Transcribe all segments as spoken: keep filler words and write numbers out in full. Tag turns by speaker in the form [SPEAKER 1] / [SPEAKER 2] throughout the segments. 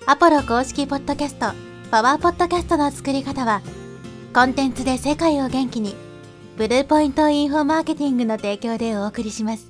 [SPEAKER 1] アポロ公式ポッドキャスト、パワーポッドキャストの作り方は、コンテンツで世界を元気に、ブルーポイントインフォマーケティングの提供でお送りします。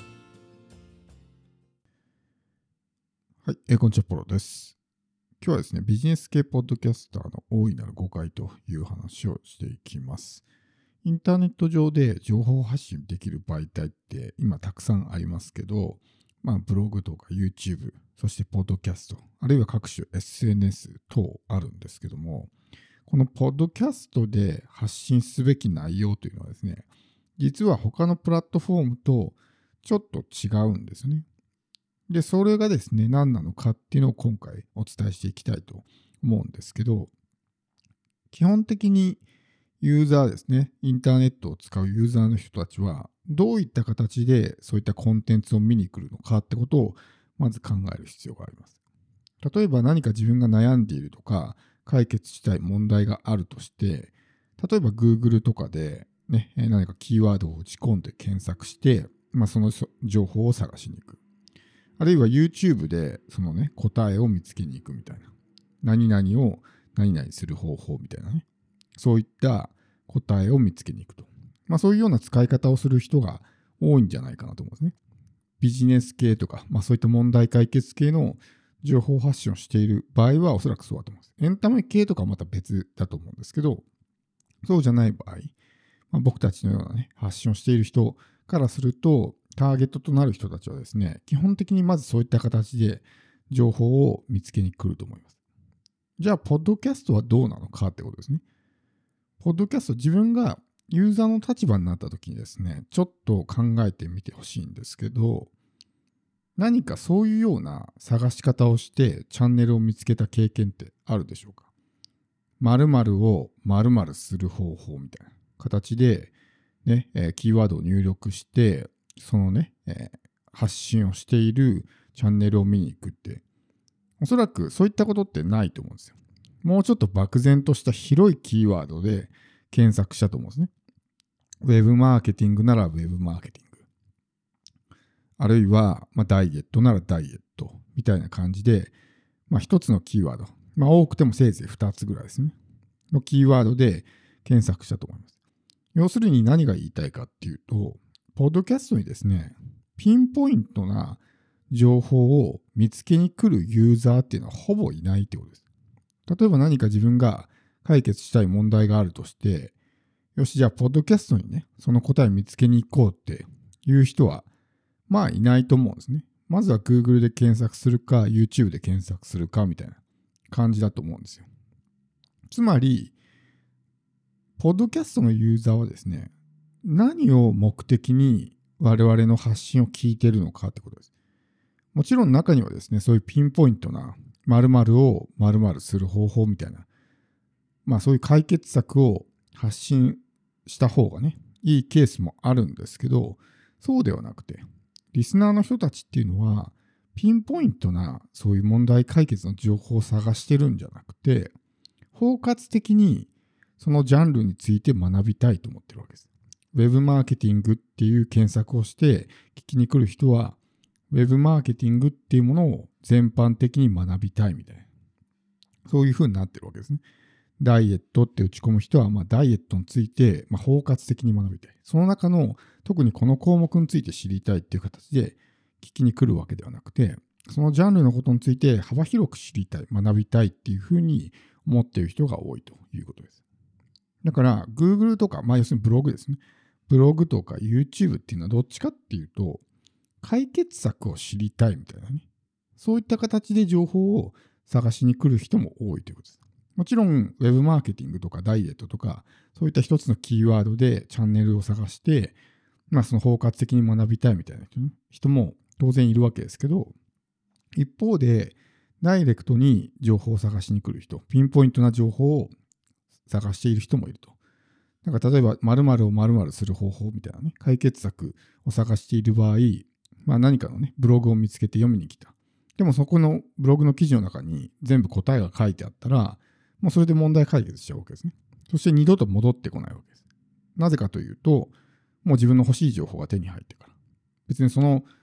[SPEAKER 2] はい、えー、こんにちは、ポロです。今日はですね、ビジネス系ポッドキャスターの大いなる誤解という話をしていきます。インターネット上で情報発信できる媒体って今たくさんありますけど、まあ、ブログとか YouTube、そしてポッドキャスト、あるいは各種 エスエヌエス 等あるんですけども、このポッドキャストで発信すべき内容というのはですね、実は他のプラットフォームとちょっと違うんですね。で、それがですね、何なのかっていうのを今回お伝えしていきたいと思うんですけど、基本的にユーザーですね、インターネットを使うユーザーの人たちは、どういった形でそういったコンテンツを見に来るのかってことをまず考える必要があります。例えば何か自分が悩んでいるとか、解決したい問題があるとして、例えば Google とかで、ね、何かキーワードを打ち込んで検索して、まあ、その情報を探しに行く。あるいは YouTube でそのね、答えを見つけに行くみたいな。何々を何々する方法みたいなね。そういった答えを見つけに行くと。まあそういうような使い方をする人が多いんじゃないかなと思うんですね。ビジネス系とか、まあそういった問題解決系の情報発信をしている場合はおそらくそうだと思います。エンタメ系とかはまた別だと思うんですけど、そうじゃない場合、まあ、僕たちのようなね、発信をしている人からすると、ターゲットとなる人たちはですね、基本的にまずそういった形で情報を見つけに来ると思います。じゃあ、ポッドキャストはどうなのかってことですね。ポッドキャスト、自分がユーザーの立場になった時にですね、ちょっと考えてみてほしいんですけど、何かそういうような探し方をしてチャンネルを見つけた経験ってあるでしょうか？〇〇を〇〇する方法みたいな形で、ね、えーキーワードを入力して、そのね、えー発信をしているチャンネルを見に行くって、おそらくそういったことってないと思うんですよ。もうちょっと漠然とした広いキーワードで検索したと思うんですね。ウェブマーケティングならウェブマーケティング。あるいは、まあ、ダイエットならダイエットみたいな感じで、まあ、一つのキーワード、まあ、多くてもせいぜい二つぐらいですね。のキーワードで検索したと思います。要するに何が言いたいかっていうと、ポッドキャストにですね、ピンポイントな情報を見つけに来るユーザーっていうのはほぼいないってことです。例えば何か自分が解決したい問題があるとして、よし、じゃあ、ポッドキャストにね、その答え見つけに行こうっていう人は、まあいないと思うんですね。まずは Google で検索するか、YouTube で検索するかみたいな感じだと思うんですよ。つまり、ポッドキャストのユーザーはですね、何を目的に我々の発信を聞いているのかってことです。もちろん中にはですね、そういうピンポイントな〇〇を〇〇する方法みたいな、まあそういう解決策を発信した方がね、いいケースもあるんですけど、そうではなくて、リスナーの人たちっていうのは、ピンポイントなそういう問題解決の情報を探してるんじゃなくて、包括的にそのジャンルについて学びたいと思ってるわけです。ウェブマーケティングっていう検索をして聞きに来る人は、ウェブマーケティングっていうものを全般的に学びたいみたいな。そういう風になってるわけですね。ダイエットって打ち込む人は、まあ、ダイエットについて、まあ、包括的に学びたい。その中の特にこの項目について知りたいっていう形で聞きに来るわけではなくて、そのジャンルのことについて幅広く知りたい、学びたいっていうふうに思っている人が多いということです。だから Google とか、まあ、要するにブログですね。ブログとか YouTube っていうのはどっちかっていうと、解決策を知りたいみたいなね。そういった形で情報を探しに来る人も多いということです。もちろん、ウェブマーケティングとかダイエットとか、そういった一つのキーワードでチャンネルを探して、まあ、その包括的に学びたいみたいな人も当然いるわけですけど、一方で、ダイレクトに情報を探しに来る人、ピンポイントな情報を探している人もいると。なんか例えば、〇〇を〇〇する方法みたいなね、解決策を探している場合、まあ、何かのね、ブログを見つけて読みに来た。でもそこのブログの記事の中に全部答えが書いてあったら、もうそれで問題解決しちゃうわけですね。そして二度と戻ってこないわけです。なぜかというと、もう自分の欲しい情報が手に入ってから。別にその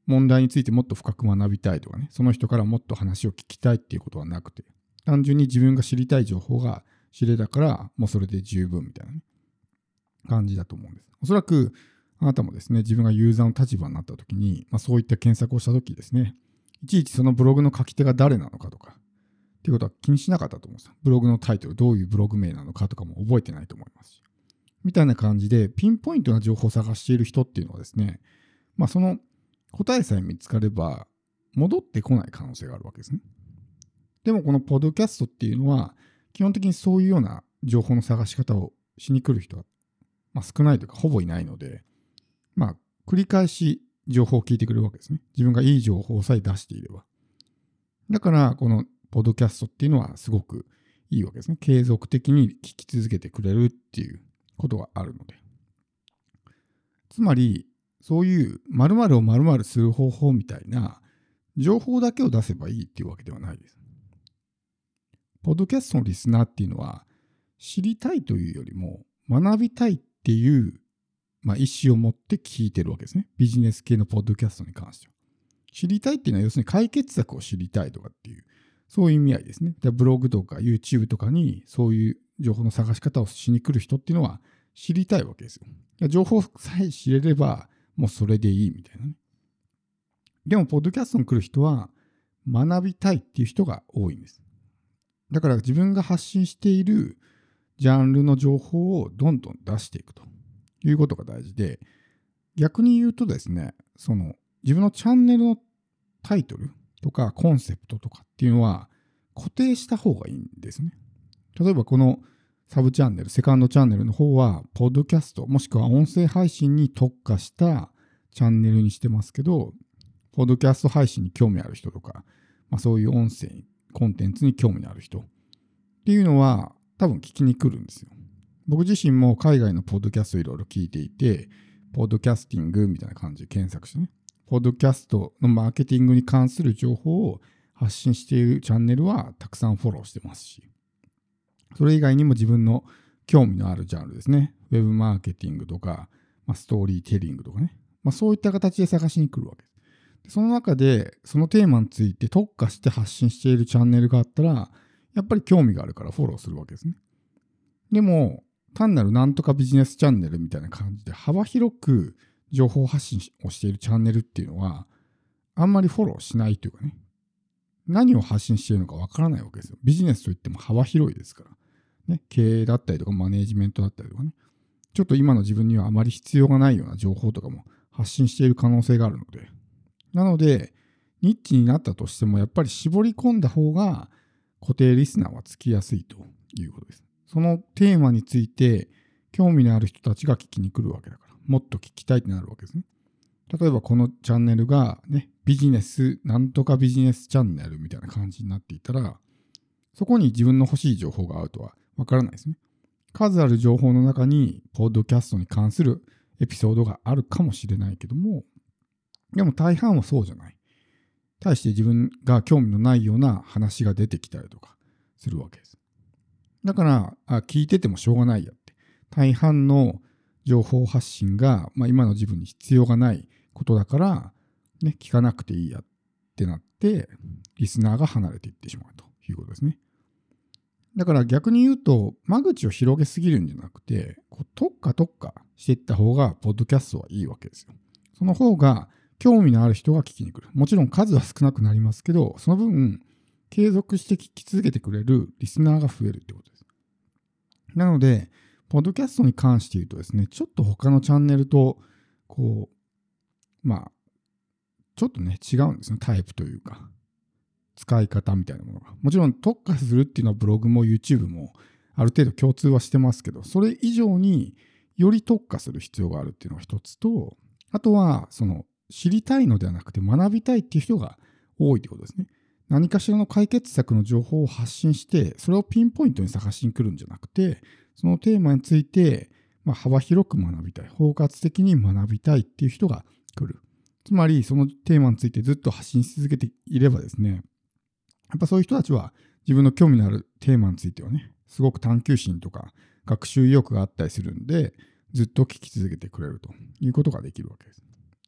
[SPEAKER 2] 問題についてもっと深く学びたいとかね、その人からもっと話を聞きたいっていうことはなくて、単純に自分が知りたい情報が知れたから、もうそれで十分みたいな、ね、感じだと思うんです。おそらくあなたもですね、自分がユーザーの立場になった時に、まあ、そういった検索をした時ですね、いちいちそのブログの書き手が誰なのかとかっていうことは気にしなかったと思うんですよ。ブログのタイトル、どういうブログ名なのかとかも覚えてないと思いますし。みたいな感じで、ピンポイントな情報を探している人っていうのはですね、まあその答えさえ見つかれば戻ってこない可能性があるわけですね。でもこのポッドキャストっていうのは、基本的にそういうような情報の探し方をしに来る人は、まあ、少ないというかほぼいないので、まあ繰り返し情報を聞いてくれるわけですね。自分がいい情報さえ出していれば。だからこのポッドキャストっていうのはすごくいいわけですね。継続的に聞き続けてくれるっていうことがあるので。つまり、そういう〇〇を〇〇する方法みたいな情報だけを出せばいいっていうわけではないです。ポッドキャストのリスナーっていうのは、知りたいというよりも学びたいっていう、まあ、意思を持って聞いてるわけですね。ビジネス系のポッドキャストに関しては。知りたいっていうのは要するに解決策を知りたいとかっていう、そういう意味合いですね。でブログとか YouTube とかにそういう情報の探し方をしに来る人っていうのは知りたいわけですよ。情報さえ知れればもうそれでいいみたいなね。でも、ポッドキャストに来る人は学びたいっていう人が多いんです。だから自分が発信しているジャンルの情報をどんどん出していくということが大事で、逆に言うとですね、その自分のチャンネルのタイトルとかコンセプトとかっていうのは固定した方がいいんですね。例えばこのサブチャンネル、セカンドチャンネルの方は、ポッドキャストもしくは音声配信に特化したチャンネルにしてますけど、ポッドキャスト配信に興味ある人とか、まあ、そういう音声コンテンツに興味のある人っていうのは多分聞きに来るんですよ。僕自身も海外のポッドキャストいろいろ聞いていて、ポッドキャスティングみたいな感じで検索してね、ポッドキャストのマーケティングに関する情報を発信しているチャンネルはたくさんフォローしてますし、それ以外にも自分の興味のあるジャンルですね、ウェブマーケティングとか、まあ、ストーリーテリングとかね、まあ、そういった形で探しに来るわけです。その中でそのテーマについて特化して発信しているチャンネルがあったら、やっぱり興味があるからフォローするわけですね。でも単なるなんとかビジネスチャンネルみたいな感じで幅広く情報発信をしているチャンネルっていうのはあんまりフォローしないというかね、何を発信しているのかわからないわけですよ。ビジネスといっても幅広いですからね、経営だったりとかマネージメントだったりとかね、ちょっと今の自分にはあまり必要がないような情報とかも発信している可能性があるので、なのでニッチになったとしてもやっぱり絞り込んだ方が固定リスナーはつきやすいということです。そのテーマについて興味のある人たちが聞きに来るわけだから、もっと聞きたいってなるわけですね。例えばこのチャンネルがね、ビジネス、なんとかビジネスチャンネルみたいな感じになっていたら、そこに自分の欲しい情報があるとはわからないですね。数ある情報の中に、ポッドキャストに関するエピソードがあるかもしれないけども、でも大半はそうじゃない。対して自分が興味のないような話が出てきたりとかするわけです。だから、あ、聞いててもしょうがないやって。大半の情報発信が、まあ、今の自分に必要がないことだから、ね、聞かなくていいやってなって、リスナーが離れていってしまうということですね。だから逆に言うと、間口を広げすぎるんじゃなくて、こう特化特化していった方が、ポッドキャストはいいわけですよ。その方が、興味のある人が聞きに来る。もちろん数は少なくなりますけど、その分、継続して聞き続けてくれるリスナーが増えるってことです。なので、ポッドキャストに関して言うとですね、ちょっと他のチャンネルと、こう、まあ、ちょっとね、違うんですね。タイプというか、使い方みたいなものが。もちろん特化するっていうのはブログも YouTube もある程度共通はしてますけど、それ以上により特化する必要があるっていうのが一つと、あとは、その、知りたいのではなくて学びたいっていう人が多いということですね。何かしらの解決策の情報を発信して、それをピンポイントに探しに来るんじゃなくて、そのテーマについて、まあ、幅広く学びたい、包括的に学びたいっていう人が来る。つまり、そのテーマについてずっと発信し続けていればですね、やっぱそういう人たちは自分の興味のあるテーマについてはね、すごく探求心とか学習意欲があったりするんで、ずっと聞き続けてくれるということができるわけです。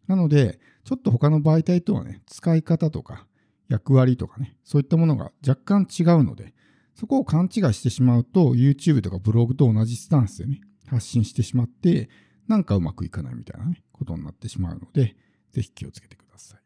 [SPEAKER 2] なので、ちょっと他の媒体とはね、使い方とか役割とかね、そういったものが若干違うので、そこを勘違いしてしまうと、YouTube とかブログと同じスタンスでね、発信してしまって、なんかうまくいかないみたいなね、ことになってしまうので、ぜひ気をつけてください。